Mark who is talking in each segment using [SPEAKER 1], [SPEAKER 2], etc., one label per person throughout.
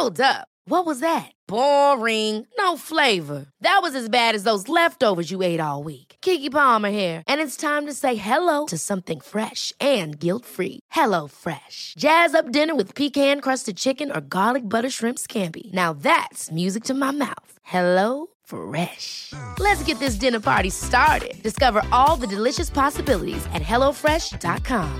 [SPEAKER 1] Hold up. What was that? Boring. No flavor. That was as bad as those leftovers you ate all week. Keke Palmer here. And it's time to say hello to something fresh and guilt-free. Hello Fresh. Jazz up dinner with pecan-crusted chicken or garlic butter shrimp scampi. Now that's music to my mouth. Hello Fresh. Let's get this dinner party started. Discover all the delicious possibilities at hellofresh.com.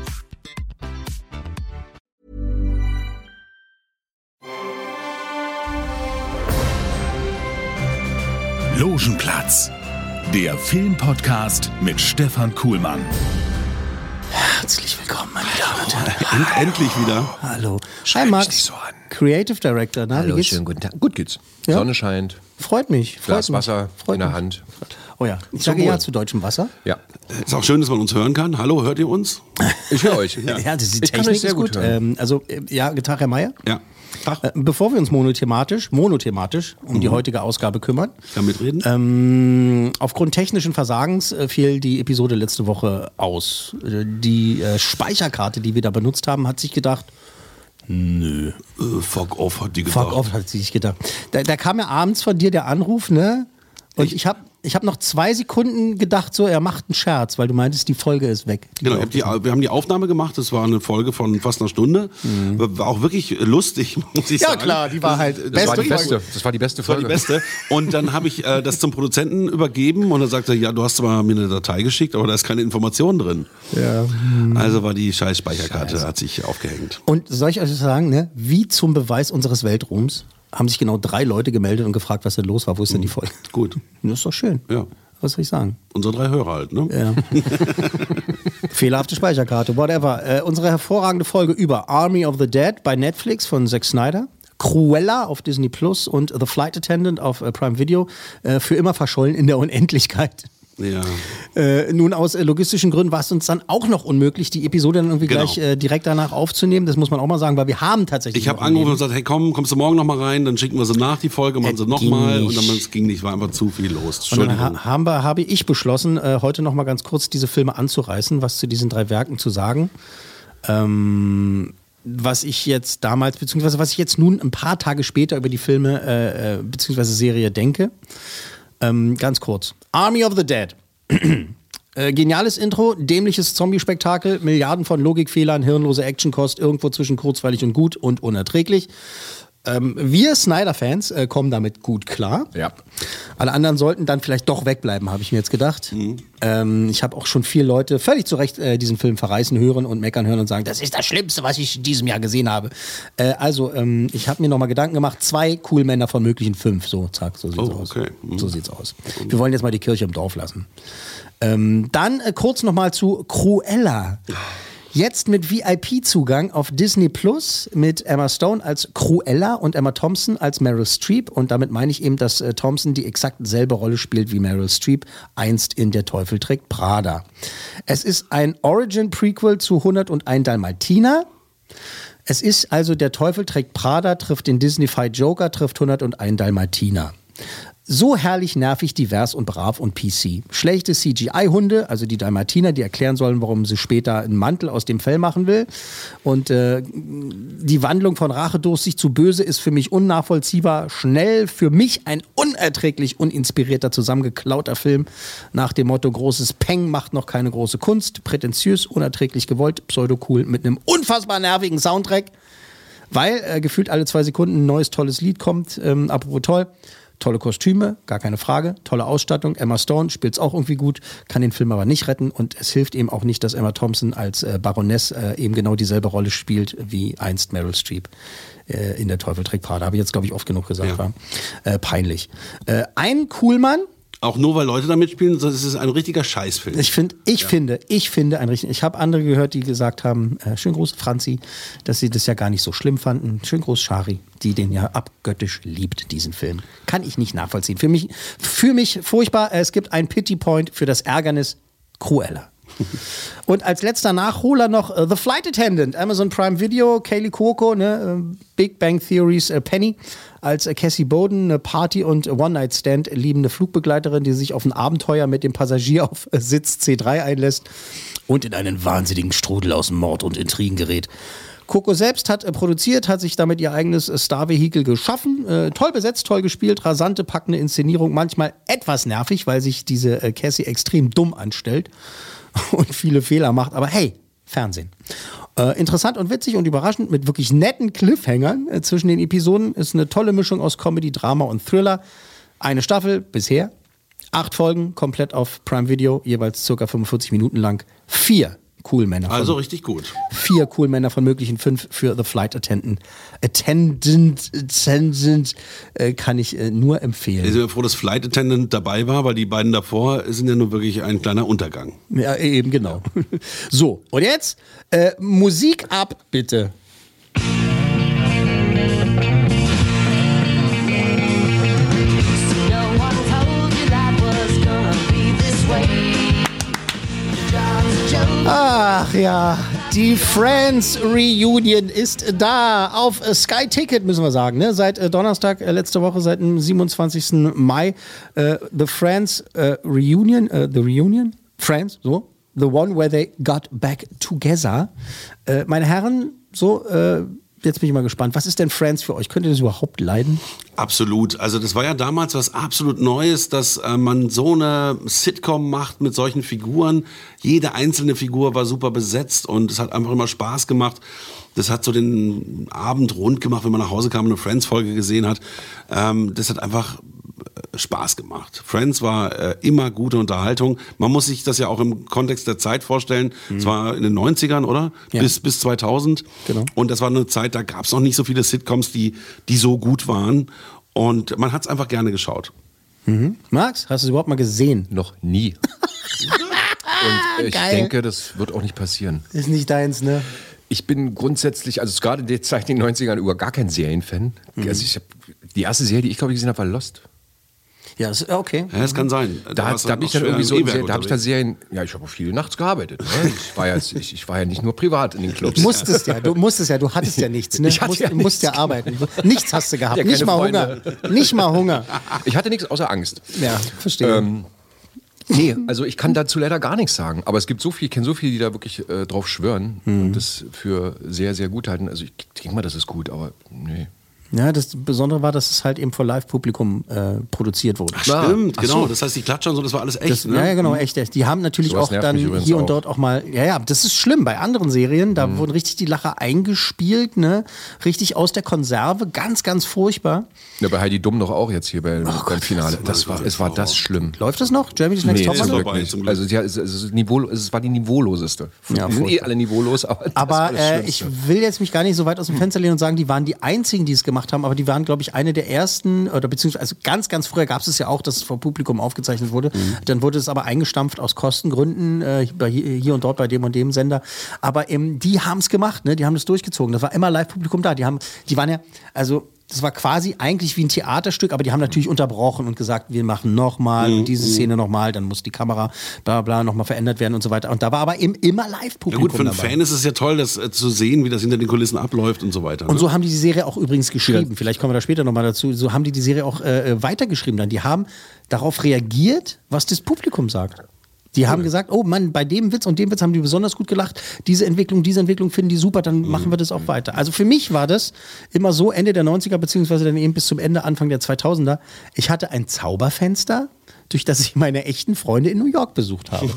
[SPEAKER 2] Logenplatz, der Filmpodcast mit Stefan Kuhlmann.
[SPEAKER 3] Herzlich willkommen, meine Damen und Herren.
[SPEAKER 4] Endlich wieder.
[SPEAKER 3] Hallo.
[SPEAKER 5] Hi, Max.
[SPEAKER 3] So an.
[SPEAKER 5] Creative Director. Na,
[SPEAKER 3] Hallo,
[SPEAKER 5] wie geht's?
[SPEAKER 3] schönen guten Tag. Gut geht's.
[SPEAKER 5] Ja?
[SPEAKER 3] Sonne scheint,
[SPEAKER 5] Freut mich.
[SPEAKER 3] Glas Wasser
[SPEAKER 5] Freut
[SPEAKER 3] in der
[SPEAKER 5] mich.
[SPEAKER 3] Hand.
[SPEAKER 5] Oh ja, ich sage ja zu deutschem Wasser.
[SPEAKER 3] Ja,
[SPEAKER 4] Ist auch schön, dass man uns hören kann. Hallo, hört ihr uns?
[SPEAKER 3] ich höre euch.
[SPEAKER 5] Ja, das ist
[SPEAKER 3] Ich kann
[SPEAKER 5] Technik
[SPEAKER 3] euch sehr
[SPEAKER 5] ist
[SPEAKER 3] gut
[SPEAKER 5] gut.
[SPEAKER 3] hören.
[SPEAKER 5] Guten Tag, Herr Meier.
[SPEAKER 4] Ja. Tag.
[SPEAKER 5] Bevor wir uns monothematisch um die heutige Ausgabe kümmern,
[SPEAKER 4] Damit reden?
[SPEAKER 5] aufgrund technischen Versagens fiel die Episode letzte Woche aus. Die Speicherkarte, die wir da benutzt haben, hat sich gedacht,
[SPEAKER 4] Fuck off, hat die gedacht.
[SPEAKER 5] fuck off, hat sie sich gedacht. Da kam ja abends von dir der Anruf, ne? Und ich hab noch 2 Sekunden gedacht, so, er macht einen Scherz, weil du meintest, die Folge ist weg.
[SPEAKER 4] Genau, wir haben die Aufnahme gemacht, das war eine Folge von fast einer Stunde. War auch wirklich lustig, muss ich sagen.
[SPEAKER 5] Ja klar, die war halt
[SPEAKER 3] Das war die
[SPEAKER 5] beste
[SPEAKER 3] beste. Das war die beste
[SPEAKER 4] Das war die
[SPEAKER 3] Folge.
[SPEAKER 4] beste. Und dann habe ich das zum Produzenten übergeben und er sagte, ja, du hast zwar mir eine Datei geschickt, aber da ist keine Information drin.
[SPEAKER 5] Ja.
[SPEAKER 4] Also war die scheiß Speicherkarte, hat sich aufgehängt.
[SPEAKER 5] Und soll ich euch sagen, ne, wie zum Beweis unseres Weltruhms haben sich genau 3 Leute gemeldet und gefragt, was denn los war. Wo ist denn die Folge?
[SPEAKER 4] Gut,
[SPEAKER 5] Das ist doch schön.
[SPEAKER 4] ja.
[SPEAKER 5] Was soll ich sagen?
[SPEAKER 4] Unsere 3 Hörer halt, ne?
[SPEAKER 5] Ja. Fehlerhafte Speicherkarte, whatever. Unsere hervorragende Folge über Army of the Dead bei Netflix von Zack Snyder, Cruella auf Disney Plus und The Flight Attendant auf Prime Video, für immer verschollen in der Unendlichkeit.
[SPEAKER 4] Ja.
[SPEAKER 5] Nun, aus logistischen Gründen war es uns dann auch noch unmöglich, die Episode dann irgendwie
[SPEAKER 4] Genau.
[SPEAKER 5] gleich direkt danach aufzunehmen. Das muss man auch mal sagen, weil wir haben tatsächlich.
[SPEAKER 4] Ich habe
[SPEAKER 5] noch ein
[SPEAKER 4] angerufen und
[SPEAKER 5] Leben.
[SPEAKER 4] gesagt, hey komm, kommst du morgen nochmal rein, dann schicken wir sie nach die Folge, machen sie
[SPEAKER 5] ging
[SPEAKER 4] nochmal und dann
[SPEAKER 5] nicht.
[SPEAKER 4] es ging nicht, war einfach zu viel los.
[SPEAKER 5] Und dann
[SPEAKER 4] Entschuldigung.
[SPEAKER 5] habe ich beschlossen, heute noch mal ganz kurz diese Filme anzureißen, was zu diesen 3 Werken zu sagen. Was ich jetzt damals, beziehungsweise was ich jetzt nun ein paar Tage später über die Filme beziehungsweise Serie denke. Ganz kurz. Army of the Dead. Geniales Intro, dämliches Zombie-Spektakel, Milliarden von Logikfehlern, hirnlose Actionkost, irgendwo zwischen kurzweilig und gut und unerträglich. Wir Snyder-Fans kommen damit gut klar.
[SPEAKER 3] Ja.
[SPEAKER 5] Alle anderen sollten dann vielleicht doch wegbleiben, habe ich mir jetzt gedacht. Ich habe auch schon viele Leute völlig zu Recht diesen Film verreißen hören und meckern hören und sagen, das ist das Schlimmste, was ich in diesem Jahr gesehen habe. Ich habe mir nochmal Gedanken gemacht, 2 Cool-Männer von möglichen 5. So, zack, so sieht's aus.
[SPEAKER 4] okay.
[SPEAKER 5] So sieht's aus. Wir wollen jetzt mal die Kirche im Dorf lassen. Dann kurz nochmal zu Cruella. Jetzt mit VIP-Zugang auf Disney Plus mit Emma Stone als Cruella und Emma Thompson als Meryl Streep. Und damit meine ich eben, dass Thompson die exakt selbe Rolle spielt wie Meryl Streep einst in Der Teufel trägt Prada. Es ist ein Origin-Prequel zu 101 Dalmatiner. Es ist also Der Teufel trägt Prada, trifft den Disney-Fight Joker, trifft 101 Dalmatiner. So herrlich nervig, divers und brav und PC. Schlechte CGI-Hunde, also die Dalmatiner, die erklären sollen, warum sie später einen Mantel aus dem Fell machen will. Und die Wandlung von rachedurstig zu böse ist für mich unnachvollziehbar. Schnell, für mich ein unerträglich uninspirierter, zusammengeklauter Film. Nach dem Motto, großes Peng macht noch keine große Kunst. Prätentiös, unerträglich gewollt, pseudo-cool mit einem unfassbar nervigen Soundtrack. Weil gefühlt alle 2 Sekunden ein neues, tolles Lied kommt. Apropos toll. Tolle Kostüme, gar keine Frage. Tolle Ausstattung. Emma Stone spielt es auch irgendwie gut, kann den Film aber nicht retten. Und es hilft eben auch nicht, dass Emma Thompson als Baroness eben genau dieselbe Rolle spielt wie einst Meryl Streep in Der Teufel trägt Prada. Habe ich jetzt, glaube ich, oft genug gesagt.
[SPEAKER 4] Ja.
[SPEAKER 5] War peinlich. Ein Coolmann.
[SPEAKER 4] Auch nur, weil Leute da mitspielen, sondern es ist ein richtiger Scheißfilm.
[SPEAKER 5] Ich finde ein richtig. Ich habe andere gehört, die gesagt haben, schön groß Franzi, dass sie das ja gar nicht so schlimm fanden. Schön groß Shari, die den ja abgöttisch liebt, diesen Film. Kann ich nicht nachvollziehen. Für mich furchtbar. Es gibt einen Pity Point für das Ärgernis Cruella. Und als letzter Nachholer noch The Flight Attendant, Amazon Prime Video, Kaylee Cuoco, Big Bang Theories Penny als Cassie Bowden, eine Party- und One-Night-Stand liebende Flugbegleiterin, die sich auf ein Abenteuer mit dem Passagier auf Sitz C3 einlässt und in einen wahnsinnigen Strudel aus Mord und Intrigen gerät. Coco selbst hat produziert, hat sich damit ihr eigenes Star-Vehikel geschaffen. Toll besetzt, toll gespielt, rasante, packende Inszenierung. Manchmal etwas nervig, weil sich diese Cassie extrem dumm anstellt und viele Fehler macht. Aber hey, Fernsehen. Interessant und witzig und überraschend mit wirklich netten Cliffhangern zwischen den Episoden. Ist eine tolle Mischung aus Comedy, Drama und Thriller. Eine Staffel bisher. 8 Folgen, komplett auf Prime Video, jeweils circa 45 Minuten lang. 4 Cool-Männer.
[SPEAKER 4] Also richtig gut.
[SPEAKER 5] 4 Cool-Männer von möglichen 5 für The Flight Attendant. Kann ich nur empfehlen.
[SPEAKER 4] Ich bin froh, dass Flight Attendant dabei war, weil die beiden davor sind ja nur wirklich ein kleiner Untergang.
[SPEAKER 5] Ja, eben genau. So, und jetzt Musik ab, bitte. Ach ja, die Friends Reunion ist da auf Sky Ticket, müssen wir sagen, ne? Seit Donnerstag, letzte Woche, seit dem 27. Mai. The Friends Reunion, The Reunion, Friends, so, the one where they got back together. Meine Herren, so, jetzt bin ich mal gespannt. Was ist denn Friends für euch? Könnt ihr das überhaupt leiden?
[SPEAKER 4] Absolut. Also das war ja damals was absolut Neues, dass man so eine Sitcom macht mit solchen Figuren. Jede einzelne Figur war super besetzt und es hat einfach immer Spaß gemacht. Das hat so den Abend rund gemacht, wenn man nach Hause kam und eine Friends-Folge gesehen hat. Das hat einfach Spaß gemacht. Friends war immer gute Unterhaltung. Man muss sich das ja auch im Kontext der Zeit vorstellen. Es war in den 90ern, oder?
[SPEAKER 5] Ja.
[SPEAKER 4] Bis 2000.
[SPEAKER 5] Genau.
[SPEAKER 4] Und das war eine Zeit, da gab es noch nicht so viele Sitcoms, die so gut waren. Und man hat es einfach gerne geschaut.
[SPEAKER 5] Mhm. Max, hast du es überhaupt mal gesehen?
[SPEAKER 6] Noch nie. Und ich
[SPEAKER 5] Geil.
[SPEAKER 6] denke, das wird auch nicht passieren.
[SPEAKER 5] Ist nicht deins, ne?
[SPEAKER 6] Ich bin grundsätzlich, also gerade in der Zeit in den 90ern, über gar kein Serienfan. Also die erste Serie, die ich glaube ich gesehen habe, war Lost.
[SPEAKER 5] Ja, okay.
[SPEAKER 4] Ja, das kann sein.
[SPEAKER 6] Da
[SPEAKER 4] warst du
[SPEAKER 6] bin ich
[SPEAKER 4] noch
[SPEAKER 6] dann irgendwie
[SPEAKER 4] schwer
[SPEAKER 6] so,
[SPEAKER 4] im E-Werk
[SPEAKER 6] da habe ich da
[SPEAKER 4] unterwegs.
[SPEAKER 6] Serien, ja, ich habe auch viele nachts gearbeitet. Ne? Ich war ja nicht nur privat in den Clubs.
[SPEAKER 5] Du musstest ja, du hattest ja nichts, ne?
[SPEAKER 6] Ich hatte ja
[SPEAKER 5] Du musst ja
[SPEAKER 6] nichts.
[SPEAKER 5] arbeiten. Nichts hast du gehabt,
[SPEAKER 6] Ja,
[SPEAKER 5] nicht
[SPEAKER 6] keine
[SPEAKER 5] mal
[SPEAKER 6] Freunde.
[SPEAKER 5] Hunger. Nicht mal Hunger.
[SPEAKER 6] Ich hatte nichts außer Angst.
[SPEAKER 5] Ja, verstehe.
[SPEAKER 6] Nee, also ich kann dazu leider gar nichts sagen. Aber es gibt ich kenne so viele, die da wirklich drauf schwören und das für sehr, sehr gut halten. Also ich denke mal, das ist gut, aber nee.
[SPEAKER 5] Ja, das Besondere war, dass es halt eben vor Live-Publikum produziert wurde.
[SPEAKER 4] Ach, stimmt,
[SPEAKER 6] Ach
[SPEAKER 4] genau.
[SPEAKER 6] so.
[SPEAKER 4] Das heißt, die Klatschen und so, das war alles echt.
[SPEAKER 5] Das,
[SPEAKER 4] Ne?
[SPEAKER 5] ja, genau, echt. Die haben natürlich
[SPEAKER 6] Sowas
[SPEAKER 5] auch
[SPEAKER 6] nervt
[SPEAKER 5] dann
[SPEAKER 6] mich übrigens
[SPEAKER 5] hier und
[SPEAKER 6] auch.
[SPEAKER 5] dort auch mal, ja, das ist schlimm. Bei anderen Serien, da wurden richtig die Lacher eingespielt, ne? Richtig aus der Konserve, ganz, ganz furchtbar.
[SPEAKER 6] Ja, bei Heidi Dumm doch auch jetzt hier beim Finale. Es war das schlimm.
[SPEAKER 5] Läuft das noch? Germany's Next
[SPEAKER 6] Nee,
[SPEAKER 5] Top
[SPEAKER 6] zum
[SPEAKER 4] ist
[SPEAKER 6] Glück
[SPEAKER 4] vorbei,
[SPEAKER 6] nicht.
[SPEAKER 4] zum Glück.
[SPEAKER 6] Also es war die niveauloseste.
[SPEAKER 5] Ja,
[SPEAKER 6] Die sind
[SPEAKER 5] furchtbar.
[SPEAKER 6] alle niveaulos, aber das war
[SPEAKER 5] Aber
[SPEAKER 6] das
[SPEAKER 5] ich
[SPEAKER 6] Schlimmste.
[SPEAKER 5] will jetzt mich gar nicht so weit aus dem Fenster lehnen und sagen, die waren die einzigen, die es gemacht haben, aber die waren, glaube ich, eine der ersten, oder beziehungsweise also ganz, ganz früher gab es ja auch, dass es vor Publikum aufgezeichnet wurde. Dann wurde es aber eingestampft aus Kostengründen, hier und dort bei dem und dem Sender. Aber die haben es gemacht, ne? Die haben das durchgezogen. Das war immer Live-Publikum da. Die waren ja, also das war quasi eigentlich wie ein Theaterstück, aber die haben natürlich unterbrochen und gesagt, wir machen nochmal diese Szene nochmal, dann muss die Kamera bla bla nochmal verändert werden und so weiter. Und da war aber eben immer
[SPEAKER 4] Ja
[SPEAKER 5] Live-Publikum
[SPEAKER 4] gut, für einen
[SPEAKER 5] dabei.
[SPEAKER 4] Fan ist es ja toll, das zu sehen, wie das hinter den Kulissen abläuft und so weiter.
[SPEAKER 5] Und
[SPEAKER 4] Ne?
[SPEAKER 5] so haben die Serie auch übrigens geschrieben. Vielleicht kommen wir da später nochmal dazu. So haben die Serie auch weitergeschrieben dann. Die haben darauf reagiert, was das Publikum sagt. Die haben gesagt, oh Mann, bei dem Witz und dem Witz haben die besonders gut gelacht. Diese Entwicklung finden die super, dann machen wir das auch weiter. Also für mich war das immer so Ende der 90er, beziehungsweise dann eben bis zum Ende, Anfang der 2000er. Ich hatte ein Zauberfenster, durch das ich meine echten Freunde in New York besucht habe.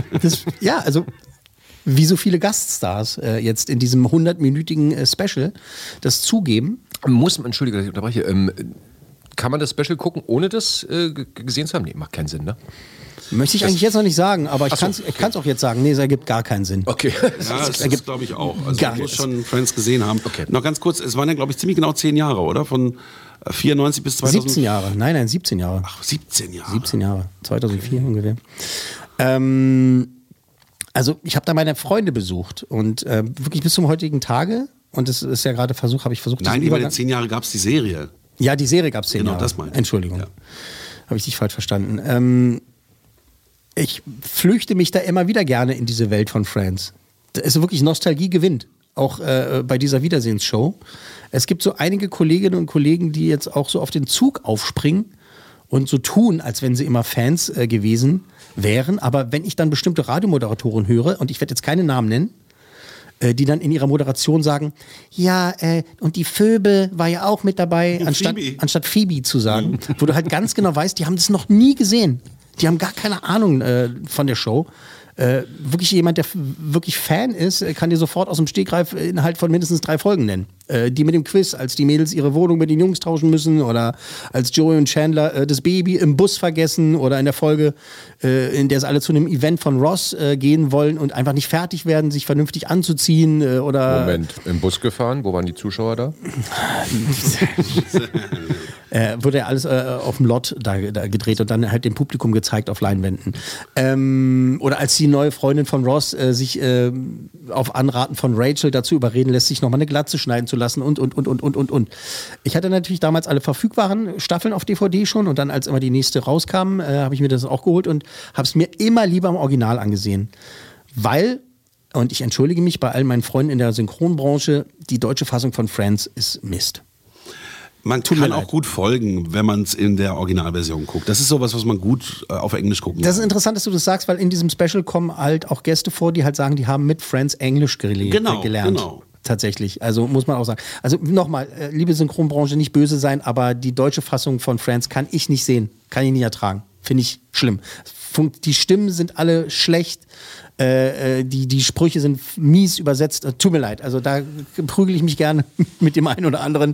[SPEAKER 5] Also wie so viele Gaststars jetzt in diesem 100-minütigen Special das zugeben.
[SPEAKER 6] Entschuldige, dass ich unterbreche. Kann man das Special gucken, ohne das gesehen zu haben? Nee, macht keinen Sinn, ne?
[SPEAKER 5] Möchte ich eigentlich jetzt noch nicht sagen, aber ich
[SPEAKER 6] Ach so,
[SPEAKER 5] kann es auch jetzt sagen. Nee, es ergibt gar keinen Sinn.
[SPEAKER 6] Okay.
[SPEAKER 4] Ja, das glaube ich auch. Also
[SPEAKER 5] gar
[SPEAKER 4] man muss
[SPEAKER 5] nichts.
[SPEAKER 4] schon Friends gesehen haben.
[SPEAKER 6] Okay.
[SPEAKER 4] Noch ganz kurz, es waren ja, glaube ich, ziemlich genau 10 Jahre, oder? Von 94 bis 2000.
[SPEAKER 5] 17 Jahre. Nein, 17 Jahre.
[SPEAKER 4] Ach, 17 Jahre.
[SPEAKER 5] 17 Jahre. 2004 ungefähr. Also ich habe da meine Freunde besucht und wirklich bis zum heutigen Tage, und das ist ja gerade habe ich versucht,
[SPEAKER 4] Nein,
[SPEAKER 5] diesen
[SPEAKER 4] über den
[SPEAKER 5] Übergang-
[SPEAKER 4] 10 Jahre gab es die Serie.
[SPEAKER 5] Ja, die Serie gab es 10
[SPEAKER 4] Genau,
[SPEAKER 5] Jahre.
[SPEAKER 4] das meinte ich.
[SPEAKER 5] Entschuldigung.
[SPEAKER 4] Ja.
[SPEAKER 5] Habe ich dich falsch verstanden. Ich flüchte mich da immer wieder gerne in diese Welt von Friends. Da ist wirklich Nostalgie gewinnt. Auch bei dieser Wiedersehensshow. Es gibt so einige Kolleginnen und Kollegen, die jetzt auch so auf den Zug aufspringen und so tun, als wenn sie immer Fans gewesen wären. Aber wenn ich dann bestimmte Radiomoderatoren höre, und ich werde jetzt keine Namen nennen, die dann in ihrer Moderation sagen, ja, und die Phoebe war ja auch mit dabei, anstatt Phoebe zu sagen, wo du halt ganz genau weißt, die haben das noch nie gesehen. Die haben gar keine Ahnung von der Show. Wirklich jemand, der wirklich Fan ist, kann dir sofort aus dem Stegreif Inhalt von mindestens 3 Folgen nennen. Die mit dem Quiz, als die Mädels ihre Wohnung mit den Jungs tauschen müssen oder als Joey und Chandler das Baby im Bus vergessen oder in der Folge, in der es alle zu einem Event von Ross gehen wollen und einfach nicht fertig werden, sich vernünftig anzuziehen oder...
[SPEAKER 6] Moment, im Bus gefahren? Wo waren die Zuschauer da?
[SPEAKER 5] Wurde ja alles auf dem Lot da gedreht und dann halt dem Publikum gezeigt auf Leinwänden. Oder als die neue Freundin von Ross sich auf Anraten von Rachel dazu überreden lässt, sich nochmal eine Glatze schneiden zu lassen und. Ich hatte natürlich damals alle verfügbaren Staffeln auf DVD schon und dann, als immer die nächste rauskam, habe ich mir das auch geholt und habe es mir immer lieber im Original angesehen. Weil, und ich entschuldige mich bei all meinen Freunden in der Synchronbranche, die deutsche Fassung von Friends ist Mist.
[SPEAKER 4] Man kann auch gut folgen, wenn man es in der Originalversion guckt. Das ist sowas, was man gut auf Englisch gucken kann.
[SPEAKER 5] Das ist interessant, dass du das sagst, weil in diesem Special kommen halt auch Gäste vor, die halt sagen, die haben mit Friends Englisch gelernt. Genau. Tatsächlich, also muss man auch sagen. Also nochmal, liebe Synchronbranche, nicht böse sein, aber die deutsche Fassung von Friends kann ich nicht sehen, kann ich nicht ertragen. Finde ich schlimm. Die Stimmen sind alle schlecht. Die Sprüche sind mies übersetzt. Tut mir leid, also da prügel ich mich gerne mit dem einen oder anderen.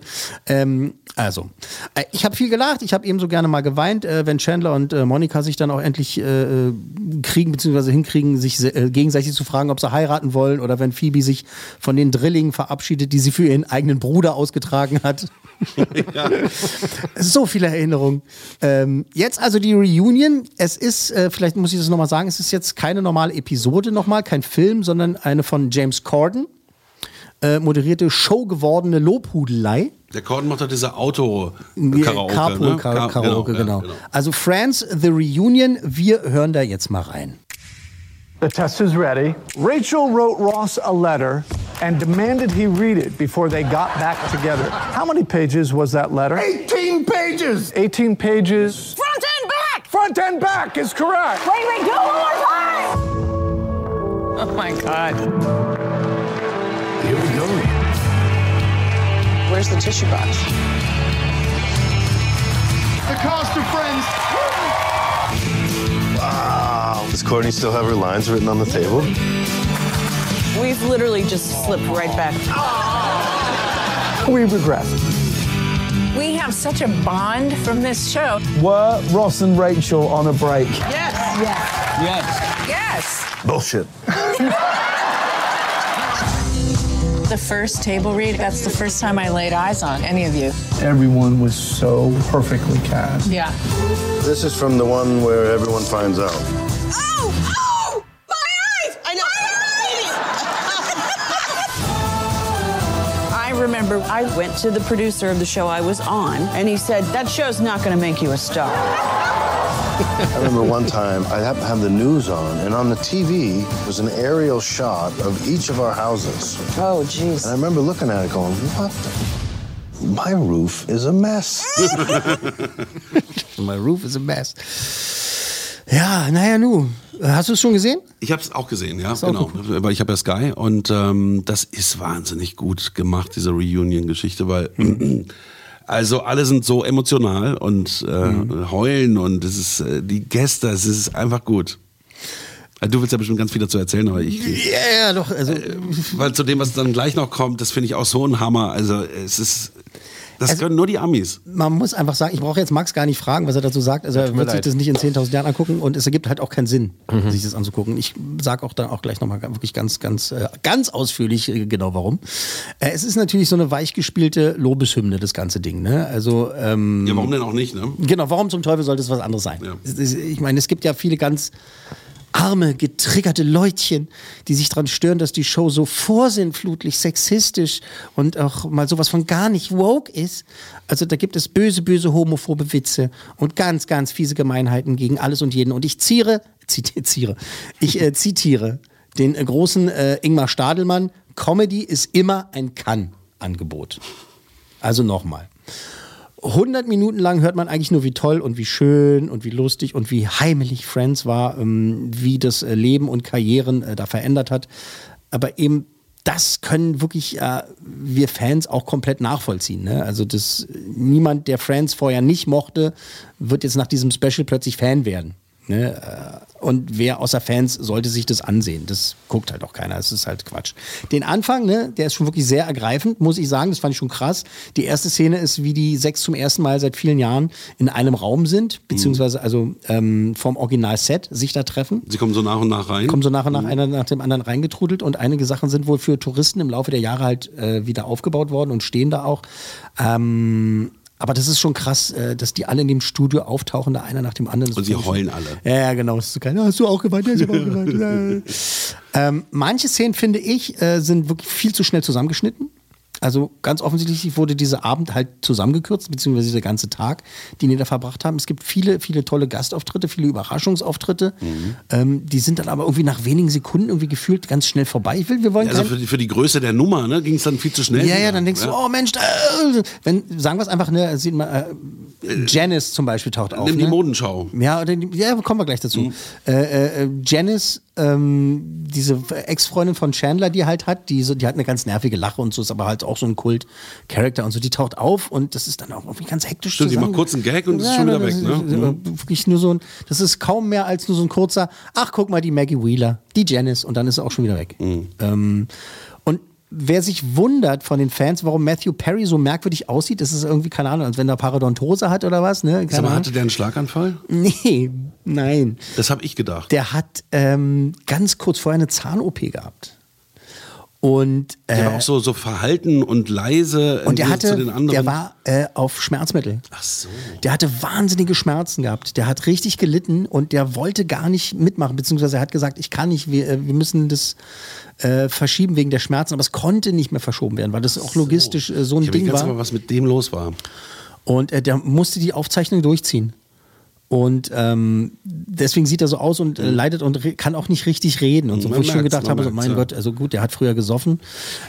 [SPEAKER 5] Ich habe viel gelacht, ich habe ebenso gerne mal geweint, wenn Chandler und Monica sich dann auch endlich kriegen bzw. hinkriegen, sich gegenseitig zu fragen, ob sie heiraten wollen, oder wenn Phoebe sich von den Drillingen verabschiedet, die sie für ihren eigenen Bruder ausgetragen hat. Ja. So viele Erinnerungen. Jetzt also die Reunion. Es ist, vielleicht muss ich das nochmal sagen, es ist jetzt keine normale Episode nochmal, kein Film, sondern eine von James Corden moderierte, showgewordene Lobhudelei.
[SPEAKER 4] Der Corden macht doch diese Auto-Karaoke.
[SPEAKER 5] Karaoke, genau. Also Friends, The Reunion, wir hören da jetzt mal rein.
[SPEAKER 7] The test is ready. Rachel wrote Ross a letter and demanded he read it before they got back together. How many pages was that letter?
[SPEAKER 8] 18 pages!
[SPEAKER 7] 18 pages.
[SPEAKER 8] Front and back!
[SPEAKER 7] Front and back is correct.
[SPEAKER 8] Wait, do it one more time! Oh my God.
[SPEAKER 7] Here we go.
[SPEAKER 9] Where's the tissue box?
[SPEAKER 8] The cast of Friends.
[SPEAKER 10] Wow. Does Courtney still have her lines written on the table?
[SPEAKER 9] We've literally just slipped right back.
[SPEAKER 7] We regret.
[SPEAKER 11] We have such a bond from this show.
[SPEAKER 7] Were Ross and Rachel on a break?
[SPEAKER 11] Yes.
[SPEAKER 8] Yes.
[SPEAKER 11] Yes. Yes.
[SPEAKER 10] Bullshit.
[SPEAKER 11] The first table read, that's the first time I laid eyes on any of you.
[SPEAKER 7] Everyone was so perfectly cast.
[SPEAKER 11] Yeah.
[SPEAKER 10] This is from the one where everyone finds out.
[SPEAKER 9] Oh! Oh! My eyes! I know. I remember I went to the producer of the show I was on, and he said, that show's not going to make you a star.
[SPEAKER 10] I remember one time I happened to have the news on, and on the TV was an aerial shot of each of our houses.
[SPEAKER 9] Oh, jeez.
[SPEAKER 10] And I remember looking at it going, what the... My roof is a mess.
[SPEAKER 5] My roof is a mess. Ja, naja, nu. Hast du es schon gesehen?
[SPEAKER 4] Ich habe es auch gesehen, ja, genau. Weil ich habe ja Sky und das ist wahnsinnig gut gemacht, diese Reunion-Geschichte, weil also alle sind so emotional und heulen und es ist die Gäste, es ist einfach gut. Du willst ja bestimmt ganz viel dazu erzählen, aber ich...
[SPEAKER 5] Ja, doch. Also,
[SPEAKER 4] weil zu dem, was dann gleich noch kommt, das finde ich auch so ein Hammer. Also es ist... Das können nur die Amis.
[SPEAKER 5] Man muss einfach sagen, ich brauche jetzt Max gar nicht fragen, was er dazu sagt. Also er wird sich das nicht in 10.000 Jahren angucken und es ergibt halt auch keinen Sinn, sich das anzugucken. Ich sage auch dann auch gleich nochmal wirklich ganz ausführlich genau warum. Es ist natürlich so eine weichgespielte Lobeshymne, das ganze Ding. Ne? Also,
[SPEAKER 4] ja, warum denn auch nicht? Ne?
[SPEAKER 5] Genau, warum zum Teufel sollte es was anderes sein? Ja. Ich meine, es gibt ja viele ganz arme, getriggerte Leutchen, die sich daran stören, dass die Show so vorsinnflutlich sexistisch und auch mal sowas von gar nicht woke ist. Also da gibt es böse, homophobe Witze und ganz, ganz fiese Gemeinheiten gegen alles und jeden. Und ich zitiere den großen Ingmar Stadelmann, Comedy ist immer ein Kann-Angebot. Also nochmal. 100 Minuten lang hört man eigentlich nur, wie toll und wie schön und wie lustig und wie heimelig Friends war, wie das Leben und Karrieren da verändert hat. Aber eben das können wirklich wir Fans auch komplett nachvollziehen. Ne? Also niemand, der Friends vorher nicht mochte, wird jetzt nach diesem Special plötzlich Fan werden. Ne? Und wer außer Fans sollte sich das ansehen? Das guckt halt auch keiner, das ist halt Quatsch. Den Anfang, ne, der ist schon wirklich sehr ergreifend, muss ich sagen, das fand ich schon krass. Die erste Szene ist, wie die 6 zum ersten Mal seit vielen Jahren in einem Raum sind, beziehungsweise vom Original-Set sich da treffen.
[SPEAKER 4] Sie kommen so nach und nach rein?
[SPEAKER 5] Einer nach dem anderen reingetrudelt und einige Sachen sind wohl für Touristen im Laufe der Jahre halt wieder aufgebaut worden und stehen da auch. Aber das ist schon krass, dass die alle in dem Studio auftauchen, da einer nach dem anderen.
[SPEAKER 4] Und sie heulen alle.
[SPEAKER 5] Ja, genau. Das ist so geil. Hast du auch geweint? Ja, ich hab auch geweint. Manche Szenen, finde ich, sind wirklich viel zu schnell zusammengeschnitten. Also ganz offensichtlich wurde dieser Abend halt zusammengekürzt, beziehungsweise dieser ganze Tag, den die da verbracht haben. Es gibt viele, viele tolle Gastauftritte, viele Überraschungsauftritte. Die sind dann aber irgendwie nach wenigen Sekunden irgendwie gefühlt ganz schnell vorbei. Wir wollen
[SPEAKER 4] für die Größe der Nummer, ne, ging es dann viel zu schnell.
[SPEAKER 5] Ja, dann denkst du, oh Mensch, sagen wir es einfach, ne, sieht man, Janice zum Beispiel taucht auf.
[SPEAKER 4] Nimm die Modenschau.
[SPEAKER 5] Ja, kommen wir gleich dazu. Janice, diese Ex-Freundin von Chandler, die halt hat, die hat eine ganz nervige Lache und so, ist aber halt auch so ein Kult-Charakter und so, die taucht auf und das ist dann auch irgendwie ganz hektisch.
[SPEAKER 4] Stimmt, die macht kurz einen Gag und ist schon wieder weg, ne?
[SPEAKER 5] Wirklich nur so das ist kaum mehr als nur so ein kurzer, ach guck mal, die Maggie Wheeler, die Janice und dann ist sie auch schon wieder weg. Und wer sich wundert von den Fans, warum Matthew Perry so merkwürdig aussieht, das ist irgendwie, keine Ahnung, als wenn er Parodontose hat oder was. Ne?
[SPEAKER 4] Aber hatte der einen Schlaganfall?
[SPEAKER 5] Nee, nein.
[SPEAKER 4] Das habe ich gedacht.
[SPEAKER 5] Der hat ganz kurz vorher eine Zahn-OP gehabt. Und,
[SPEAKER 4] der war auch so verhalten und leise
[SPEAKER 5] und der
[SPEAKER 4] zu den anderen.
[SPEAKER 5] Der war auf Schmerzmittel.
[SPEAKER 4] Ach so.
[SPEAKER 5] Der hatte wahnsinnige Schmerzen gehabt. Der hat richtig gelitten und der wollte gar nicht mitmachen, beziehungsweise er hat gesagt, ich kann nicht, wir müssen das verschieben wegen der Schmerzen, aber es konnte nicht mehr verschoben werden, weil das auch logistisch so ein Ding war.
[SPEAKER 4] Mal, was mit dem los war.
[SPEAKER 5] Und der musste die Aufzeichnung durchziehen. Und deswegen sieht er so aus und leidet und kann auch nicht richtig reden und so, wo ich schon gedacht habe, so, mein Gott, also gut, der hat früher gesoffen.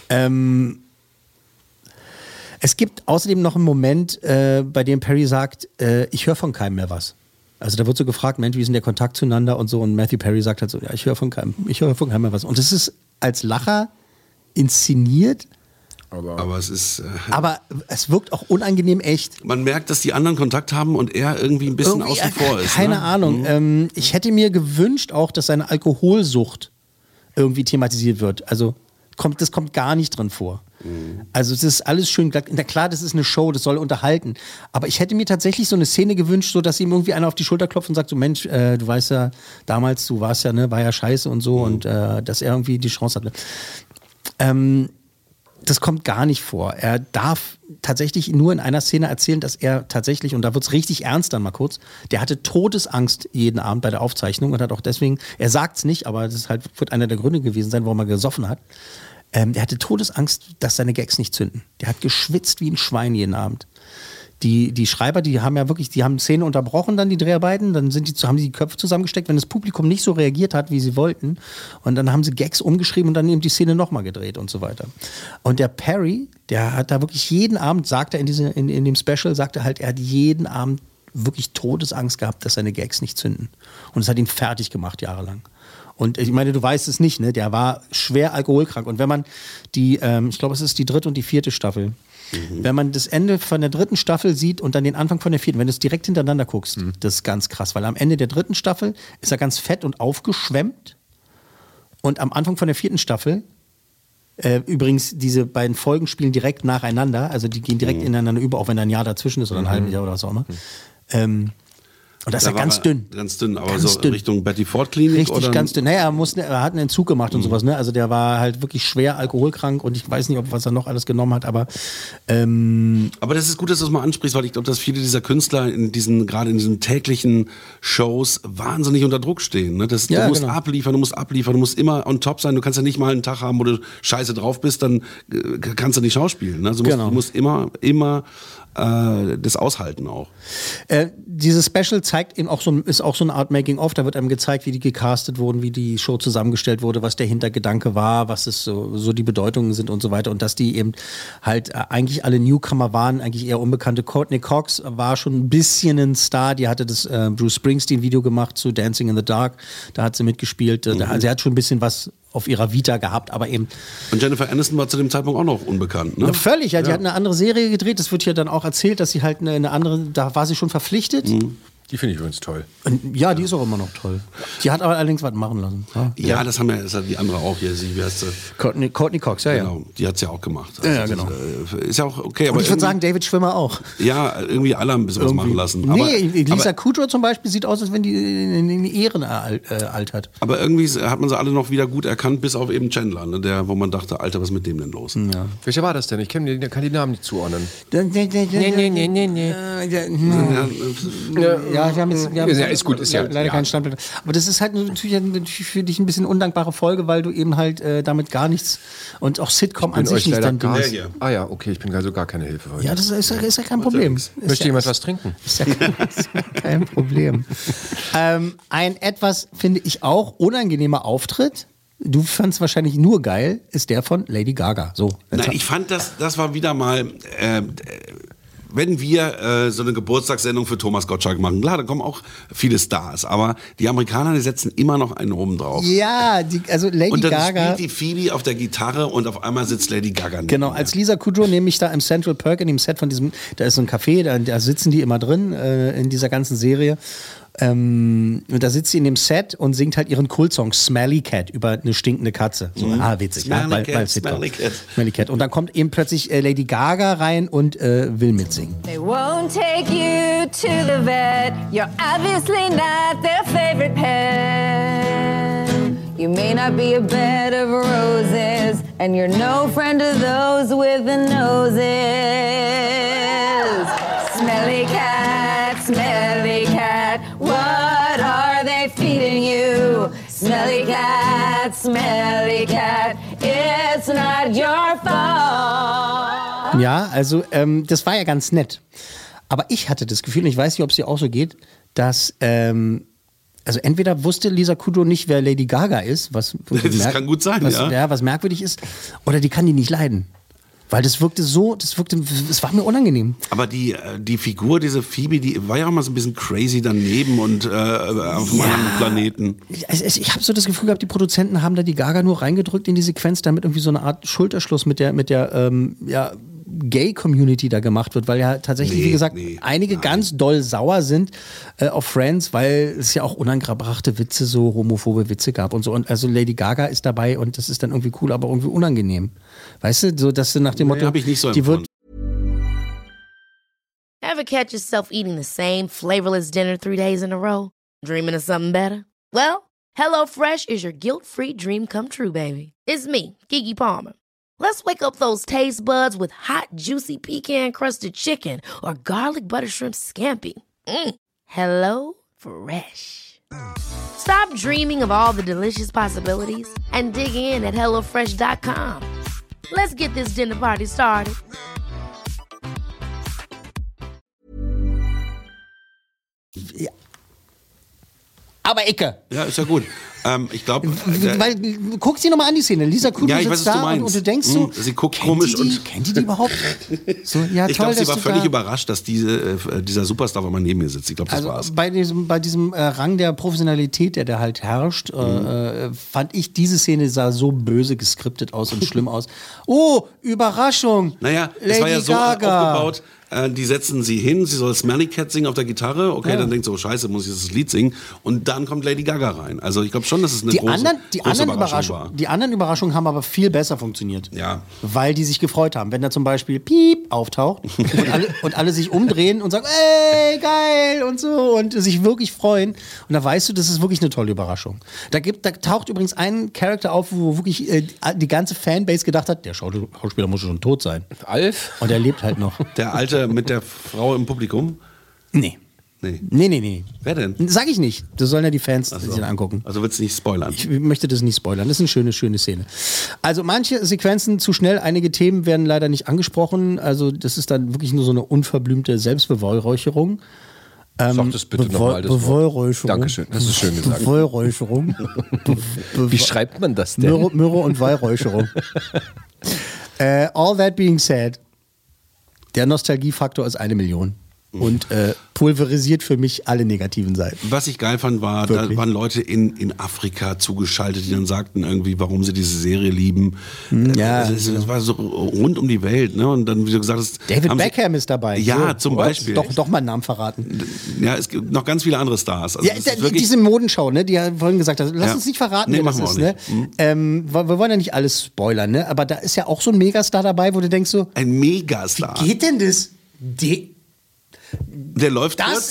[SPEAKER 5] Es gibt außerdem noch einen Moment, bei dem Perry sagt, ich höre von keinem mehr was. Also da wird so gefragt, Mensch, wie ist denn der Kontakt zueinander und so, und Matthew Perry sagt halt so, ja, ich höre von keinem mehr was. Und das ist als Lacher inszeniert.
[SPEAKER 4] Aber es ist.
[SPEAKER 5] Aber es wirkt auch unangenehm echt.
[SPEAKER 4] Man merkt, dass die anderen Kontakt haben und er irgendwie ein bisschen außen vor ist.
[SPEAKER 5] Keine Ahnung. Ich hätte mir gewünscht auch, dass seine Alkoholsucht irgendwie thematisiert wird. Also das kommt gar nicht drin vor. Also es ist alles schön glatt. Na klar, das ist eine Show, das soll unterhalten. Aber ich hätte mir tatsächlich so eine Szene gewünscht, so dass ihm irgendwie einer auf die Schulter klopft und sagt so, Mensch, du weißt ja, damals, du warst ja, ne, war ja scheiße und so und dass er irgendwie die Chance hatte. Das kommt gar nicht vor. Er darf tatsächlich nur in einer Szene erzählen, dass er tatsächlich, und da wird es richtig ernst dann mal kurz, der hatte Todesangst jeden Abend bei der Aufzeichnung und hat auch deswegen, er sagt es nicht, aber das ist halt, wird einer der Gründe gewesen sein, warum er gesoffen hat. Der hatte Todesangst, dass seine Gags nicht zünden. Der hat geschwitzt wie ein Schwein jeden Abend. Die Schreiber, die haben Szenen unterbrochen, dann die Dreharbeiten, dann haben die Köpfe zusammengesteckt, wenn das Publikum nicht so reagiert hat, wie sie wollten. Und dann haben sie Gags umgeschrieben und dann eben die Szene nochmal gedreht und so weiter. Und der Perry, der hat da wirklich jeden Abend, sagt er in dem Special, sagt er halt, er hat jeden Abend wirklich Todesangst gehabt, dass seine Gags nicht zünden. Und es hat ihn fertig gemacht, jahrelang. Und ich meine, du weißt es nicht, ne? Der war schwer alkoholkrank. Und wenn man ich glaube, es ist die 3. und die 4. Staffel, wenn man das Ende von der 3. Staffel sieht und dann den Anfang von der 4., wenn du es direkt hintereinander guckst, das ist ganz krass, weil am Ende der 3. Staffel ist er ganz fett und aufgeschwemmt und am Anfang von der 4. Staffel, übrigens, diese beiden Folgen spielen direkt nacheinander, also die gehen direkt ineinander über, auch wenn da ein Jahr dazwischen ist oder ein halbes Jahr oder was auch immer. Und das ist ja ganz dünn.
[SPEAKER 4] Ganz dünn, aber ganz so dünn. Richtung Betty Ford Klinik?
[SPEAKER 5] Richtig, oder? Ganz dünn. Naja, er hat einen Entzug gemacht und sowas. Ne? Also der war halt wirklich schwer alkoholkrank und ich weiß nicht, was er noch alles genommen hat, aber
[SPEAKER 4] das ist gut, dass du es mal ansprichst, weil ich glaube, dass viele dieser Künstler gerade in diesen täglichen Shows wahnsinnig unter Druck stehen. Ne? Du musst abliefern, du musst immer on top sein. Du kannst ja nicht mal einen Tag haben, wo du scheiße drauf bist, dann kannst du nicht schauspielen. Ne? Also du musst immer das aushalten auch.
[SPEAKER 5] Dieses Special zeigt eben ist auch so eine Art Making-of. Da wird einem gezeigt, wie die gecastet wurden, wie die Show zusammengestellt wurde, was der Hintergedanke war, was es so die Bedeutungen sind und so weiter. Und dass die eben halt eigentlich alle Newcomer waren, eigentlich eher Unbekannte. Courtney Cox war schon ein bisschen ein Star. Die hatte das Bruce Springsteen-Video gemacht zu Dancing in the Dark. Da hat sie mitgespielt. Sie hat schon ein bisschen was auf ihrer Vita gehabt, aber eben...
[SPEAKER 4] Und Jennifer Aniston war zu dem Zeitpunkt auch noch unbekannt, ne?
[SPEAKER 5] Ja, völlig, ja. Die hat eine andere Serie gedreht, das wird ja dann auch erzählt, dass sie halt eine andere, da war sie schon verpflichtet.
[SPEAKER 6] Die finde ich übrigens toll.
[SPEAKER 5] Und ja, die ist auch immer noch toll. Die hat aber allerdings was machen lassen.
[SPEAKER 4] Ja, das hat die andere auch hier. Wie heißt sie?
[SPEAKER 5] Courtney Cox, ja.
[SPEAKER 4] Genau, die hat es ja auch gemacht. Also
[SPEAKER 5] ja, genau.
[SPEAKER 4] Ist ja auch okay.
[SPEAKER 5] Und ich würde sagen, David Schwimmer auch.
[SPEAKER 4] Ja, irgendwie alle ein bisschen was machen lassen.
[SPEAKER 5] Lisa Kudrow zum Beispiel sieht aus, als wenn die in die Ehren altert.
[SPEAKER 4] Aber irgendwie hat man sie alle noch wieder gut erkannt, bis auf eben Chandler, ne, wo man dachte, Alter, was ist mit dem denn los?
[SPEAKER 5] Ja.
[SPEAKER 6] Welcher war das denn? Ich kann die Namen nicht zuordnen.
[SPEAKER 5] Nee. Ja, wir haben jetzt
[SPEAKER 6] ist gut, ist ja
[SPEAKER 5] leider kein Standbild. Aber das ist halt natürlich für dich ein bisschen undankbare Folge, weil du eben halt damit gar nichts und auch Sitcom an sich nicht dein Ding ist.
[SPEAKER 6] Ah ja, okay, ich bin also gar keine Hilfe heute.
[SPEAKER 5] Ja, das ist ja kein Problem.
[SPEAKER 6] Möchte jemand was trinken?
[SPEAKER 5] Ist ja kein Problem. Ein etwas, finde ich auch, unangenehmer Auftritt, du fandst wahrscheinlich nur geil, ist der von Lady Gaga. So.
[SPEAKER 4] Nein, ich fand, das war wieder mal... wenn wir so eine Geburtstagssendung für Thomas Gottschalk machen, klar, da kommen auch viele Stars, aber die Amerikaner, die setzen immer noch einen oben drauf.
[SPEAKER 5] Ja, also Lady
[SPEAKER 4] und dann
[SPEAKER 5] Gaga.
[SPEAKER 4] spielt die Phoebe auf der Gitarre und auf einmal sitzt Lady Gaga neben
[SPEAKER 5] Genau,
[SPEAKER 4] mir.
[SPEAKER 5] als Lisa Kudrow nämlich da im Central Perk, in dem Set von diesem, da ist so ein Café, da sitzen die immer drin in dieser ganzen Serie. Und da sitzt sie in dem Set und singt halt ihren Kultsong Smelly Cat über eine stinkende Katze. So, witzig.
[SPEAKER 4] Smelly
[SPEAKER 5] Cat. Und dann kommt eben plötzlich Lady Gaga rein und will mitsingen.
[SPEAKER 8] They won't take you to the vet. You're obviously not their favorite pet. You may not be a bed of roses, and you're no friend of those with the noses. Smelly cat, what are they feeding you? Smelly cat, it's not your fault.
[SPEAKER 5] Ja, also das war ja ganz nett. Aber ich hatte das Gefühl, und ich weiß nicht, ob es dir auch so geht, dass also entweder wusste Lisa Kudrow nicht, wer Lady Gaga ist, was
[SPEAKER 4] kann gut sein,
[SPEAKER 5] was merkwürdig ist, oder die kann die nicht leiden. Weil es war mir unangenehm.
[SPEAKER 4] Aber die Figur, diese Phoebe, die war ja auch mal so ein bisschen crazy daneben und auf einem anderen Planeten.
[SPEAKER 5] Ich habe so das Gefühl gehabt, die Produzenten haben da die Gaga nur reingedrückt in die Sequenz, damit irgendwie so eine Art Schulterschluss mit der Gay-Community da gemacht wird, weil ja tatsächlich, wie gesagt, einige ganz doll sauer sind auf Friends, weil es ja auch unangebrachte Witze, so homophobe Witze gab und so. Und also Lady Gaga ist dabei und das ist dann irgendwie cool, aber irgendwie unangenehm. Weißt du, so dass du nach dem Motto,
[SPEAKER 4] hab ich nicht so
[SPEAKER 5] die wird.
[SPEAKER 1] Ever catch yourself eating the same flavorless dinner 3 days in a row? Dreaming of something better? Well, HelloFresh is your guilt-free dream come true, baby. It's me, Keke Palmer. Let's wake up those taste buds with hot, juicy pecan-crusted chicken or garlic butter shrimp scampi. Hello Fresh. Stop dreaming of all the delicious possibilities and dig in at HelloFresh.com. Let's get this dinner party started.
[SPEAKER 5] Ja. Aber Icke.
[SPEAKER 4] Ja, ist ja gut. Ich glaube...
[SPEAKER 5] Weil, guck sie nochmal an, die Szene. Lisa Kudrow sitzt da und du denkst so...
[SPEAKER 4] Sie guckt komisch
[SPEAKER 5] kennt die überhaupt? So, ja,
[SPEAKER 4] ich glaube, sie war völlig überrascht, dass dieser Superstar mal neben mir sitzt. Ich glaube, das war's.
[SPEAKER 5] Bei diesem Rang der Professionalität, der halt herrscht, fand ich, diese Szene sah so böse geskriptet aus und schlimm aus. Oh, Überraschung!
[SPEAKER 4] Naja, es war ja so aufgebaut... Die setzen sie hin, sie soll Smelly Cat singen auf der Gitarre. Okay, dann denkt sie, oh scheiße, muss ich das Lied singen. Und dann kommt Lady Gaga rein. Also ich glaube schon, dass es eine große Überraschung war.
[SPEAKER 5] Die anderen Überraschungen haben aber viel besser funktioniert.
[SPEAKER 4] Ja.
[SPEAKER 5] Weil die sich gefreut haben. Wenn da zum Beispiel Piep auftaucht und alle sich umdrehen und sagen, ey, geil und so und sich wirklich freuen. Und da weißt du, das ist wirklich eine tolle Überraschung. Da taucht übrigens ein Charakter auf, wo wirklich die ganze Fanbase gedacht hat, der Schauspieler muss schon tot sein.
[SPEAKER 6] Alf?
[SPEAKER 5] Und er lebt halt noch.
[SPEAKER 4] Der Alte mit der Frau im Publikum?
[SPEAKER 5] Nee.
[SPEAKER 4] Wer denn?
[SPEAKER 5] Sag ich nicht. Das sollen ja die Fans sich angucken.
[SPEAKER 4] Also willst du nicht spoilern?
[SPEAKER 5] Ich möchte das nicht spoilern. Das ist eine schöne Szene. Also manche Sequenzen zu schnell, einige Themen werden leider nicht angesprochen. Also das ist dann wirklich nur so eine unverblümte Selbstbeweihräucherung.
[SPEAKER 6] Sag das bitte nochmal.
[SPEAKER 5] Beweihräucherung.
[SPEAKER 6] Dankeschön, das ist schön gesagt.
[SPEAKER 5] Beweihräucherung.
[SPEAKER 6] Wie schreibt man das denn?
[SPEAKER 5] Myrrhe und Weihräucherung. All that being said, der Nostalgiefaktor ist 1 Million. und pulverisiert für mich alle negativen Seiten.
[SPEAKER 4] Was ich geil fand, war, da waren Leute in Afrika zugeschaltet, die dann sagten irgendwie, warum sie diese Serie lieben.
[SPEAKER 5] Ja.
[SPEAKER 4] Es war so rund um die Welt. Ne? Und dann, wie du gesagt hast...
[SPEAKER 5] David Beckham ist dabei.
[SPEAKER 4] Ja,
[SPEAKER 5] so,
[SPEAKER 4] zum Beispiel.
[SPEAKER 5] Doch mal einen Namen verraten.
[SPEAKER 4] Ja, es gibt noch ganz viele andere Stars. Also
[SPEAKER 5] ja, diese Modenschau, ne, die ja vorhin gesagt hat, lass uns nicht verraten,
[SPEAKER 4] nee,
[SPEAKER 5] wer das ist. Ne? Wir wollen ja nicht alles spoilern, ne? Aber da ist ja auch so ein Megastar dabei, wo du denkst so...
[SPEAKER 4] Ein Megastar.
[SPEAKER 5] Wie geht denn das?
[SPEAKER 4] Der läuft
[SPEAKER 5] das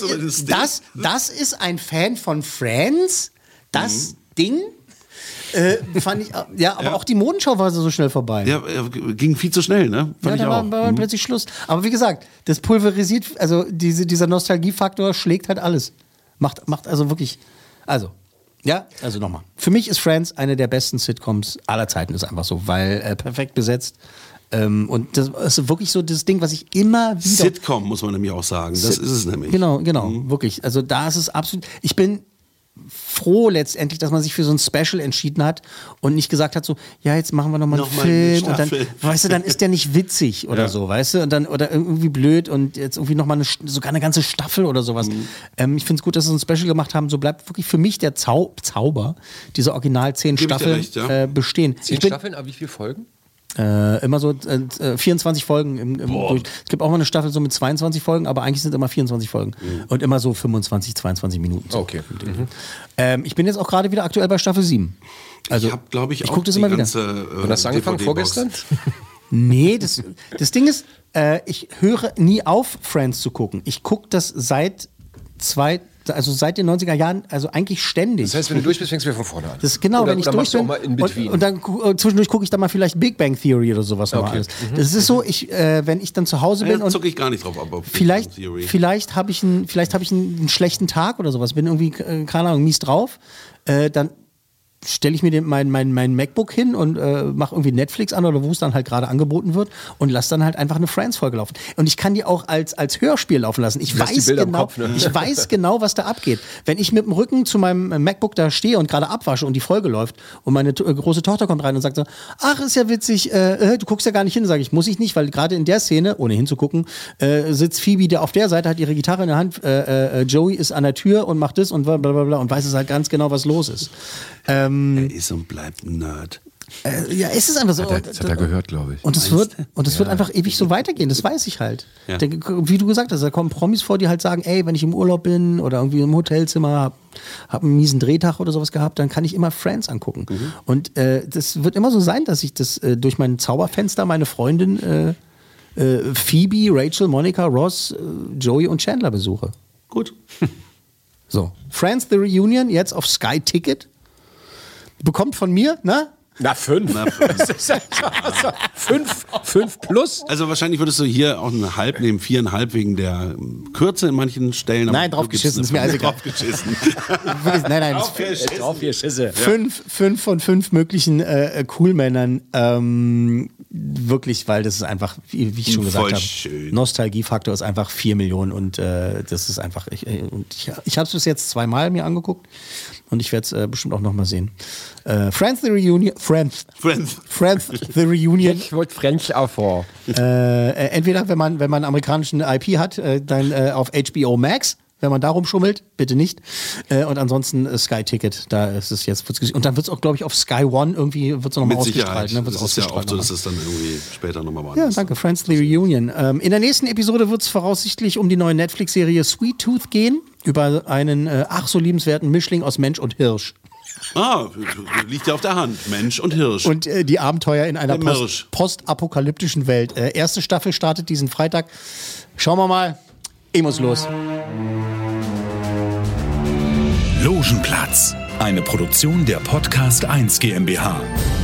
[SPEAKER 5] ist ein Fan von Friends? Das Ding? Fand ich, ja, aber auch die Modenschau war so schnell vorbei.
[SPEAKER 4] Ja, ging viel zu schnell, ne? Fand ich auch.
[SPEAKER 5] War plötzlich Schluss. Aber wie gesagt, das pulverisiert, also dieser Nostalgiefaktor schlägt halt alles. Macht also wirklich, also nochmal. Für mich ist Friends eine der besten Sitcoms aller Zeiten, ist einfach so, weil perfekt besetzt. Und das ist wirklich so das Ding, was ich immer wieder...
[SPEAKER 4] Sitcom, muss man nämlich auch sagen. Das ist es nämlich.
[SPEAKER 5] Genau, wirklich. Also da ist es absolut... Ich bin froh letztendlich, dass man sich für so ein Special entschieden hat und nicht gesagt hat so, ja, jetzt machen wir nochmal einen Film und dann, weißt du, dann ist der nicht witzig oder so, weißt du, und dann, oder irgendwie blöd und jetzt irgendwie nochmal sogar eine ganze Staffel oder sowas. Ich finde es gut, dass sie so ein Special gemacht haben, so bleibt wirklich für mich der Zauber dieser Original 10 Staffeln bestehen.
[SPEAKER 6] 10 Staffeln, aber wie viele Folgen?
[SPEAKER 5] Immer so 24 Folgen im durch. Es gibt auch mal eine Staffel so mit 22 Folgen, aber eigentlich sind immer 24 Folgen. Und immer so 25, 22 Minuten. So.
[SPEAKER 6] Okay.
[SPEAKER 5] Ich bin jetzt auch gerade wieder aktuell bei Staffel 7. Also,
[SPEAKER 4] ich habe, glaube ich,
[SPEAKER 5] auch
[SPEAKER 4] guck das immer wieder.
[SPEAKER 6] Und hast du angefangen vorgestern?
[SPEAKER 5] Nee, das Ding ist, ich höre nie auf, Friends zu gucken. Ich gucke das seit den 90er Jahren, also eigentlich ständig.
[SPEAKER 6] Das heißt, wenn du durch bist, fängst du wieder von vorne an.
[SPEAKER 5] Das ist genau, wenn ich durch bin. Und dann zwischendurch gucke ich dann mal vielleicht Big Bang Theory oder sowas noch alles. Das ist so, wenn ich dann zu Hause bin und
[SPEAKER 4] zucke ich gar nicht drauf ab.
[SPEAKER 5] Vielleicht habe ich einen schlechten Tag oder sowas, bin irgendwie, keine Ahnung, mies drauf, dann stelle ich mir mein MacBook hin und mache irgendwie Netflix an oder wo es dann halt gerade angeboten wird und lasse dann halt einfach eine Friends-Folge laufen. Und ich kann die auch als Hörspiel laufen lassen. Ich weiß genau, was da abgeht. Wenn ich mit dem Rücken zu meinem MacBook da stehe und gerade abwasche und die Folge läuft und meine große Tochter kommt rein und sagt so, ach, ist ja witzig, du guckst ja gar nicht hin, sage ich, muss ich nicht, weil gerade in der Szene, ohne hinzugucken, sitzt Phoebe, der auf der Seite hat ihre Gitarre in der Hand, Joey ist an der Tür und macht das und blablabla und weiß es halt ganz genau, was los ist.
[SPEAKER 4] Er ist und bleibt ein Nerd.
[SPEAKER 5] Ja, es ist einfach so.
[SPEAKER 6] Das hat er gehört, glaube ich.
[SPEAKER 5] Und es wird einfach ewig so weitergehen, das weiß ich halt. Ja. Wie du gesagt hast, da kommen Promis vor, die halt sagen, ey, wenn ich im Urlaub bin oder irgendwie im Hotelzimmer hab einen miesen Drehtag oder sowas gehabt, dann kann ich immer Friends angucken. Und das wird immer so sein, dass ich das durch mein Zauberfenster meine Freundin Phoebe, Rachel, Monica, Ross, Joey und Chandler besuche.
[SPEAKER 4] Gut.
[SPEAKER 5] So, Friends The Reunion, jetzt auf Sky Ticket. Bekommt von mir, ne?
[SPEAKER 6] Na, 5. 5 plus?
[SPEAKER 4] Also wahrscheinlich würdest du hier auch eine Halb nehmen, 4,5 wegen der Kürze in manchen Stellen.
[SPEAKER 5] Nein, draufgeschissen, ist mir alles egal. Nein,
[SPEAKER 6] draufgeschissen.
[SPEAKER 5] 5 von 5 möglichen Coolmännern. Wirklich, weil das ist einfach, wie ich schon gesagt habe, Nostalgiefaktor ist einfach 4 Millionen und das ist einfach, ich habe es bis jetzt 2-mal mir angeguckt und ich werde es bestimmt auch nochmal sehen. Friends The Reunion. Friends The Reunion.
[SPEAKER 6] Ich wollte French auch vor.
[SPEAKER 5] Entweder, wenn man einen amerikanischen IP hat, dann auf HBO Max. Wenn man da rumschummelt, bitte nicht. Und ansonsten Sky Ticket, da ist es jetzt. Und dann wird es auch, glaube ich, auf Sky One irgendwie nochmal ausgestrahlt. Ne?
[SPEAKER 4] Das ist ja oft so, dass es dann irgendwie später nochmal war.
[SPEAKER 5] Ja, danke. Friends The Reunion. In der nächsten Episode wird es voraussichtlich um die neue Netflix-Serie Sweet Tooth gehen. Über einen ach so liebenswerten Mischling aus Mensch und Hirsch.
[SPEAKER 4] Liegt ja auf der Hand. Mensch und Hirsch.
[SPEAKER 5] Und die Abenteuer in einer postapokalyptischen Welt. Erste Staffel startet diesen Freitag. Schauen wir mal. Ich muss los.
[SPEAKER 2] Logenplatz. Eine Produktion der Podcast 1 GmbH.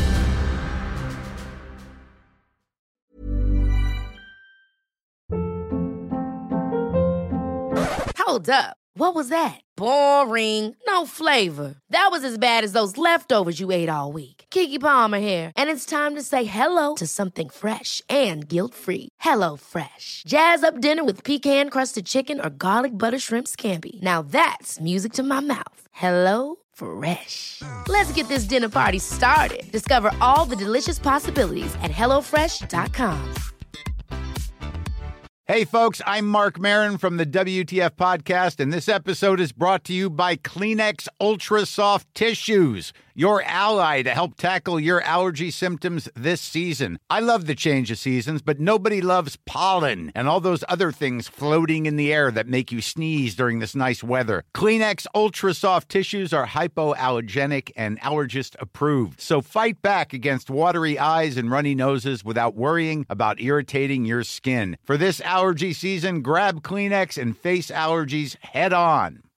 [SPEAKER 1] Hold up. What was that? Boring. No flavor. That was as bad as those leftovers you ate all week. Keke Palmer here, and it's time to say hello to something fresh and guilt-free. Hello Fresh. Jazz up dinner with pecan-crusted chicken or garlic butter shrimp scampi. Now that's music to my mouth. Hello Fresh. Let's get this dinner party started. Discover all the delicious possibilities at hellofresh.com.
[SPEAKER 12] Hey, folks, I'm Mark Maron from the WTF Podcast, and this episode is brought to you by Kleenex Ultra Soft Tissues, your ally to help tackle your allergy symptoms this season. I love the change of seasons, but nobody loves pollen and all those other things floating in the air that make you sneeze during this nice weather. Kleenex Ultra Soft Tissues are hypoallergenic and allergist approved, so fight back against watery eyes and runny noses without worrying about irritating your skin. For this allergy season, grab Kleenex and face allergies head on.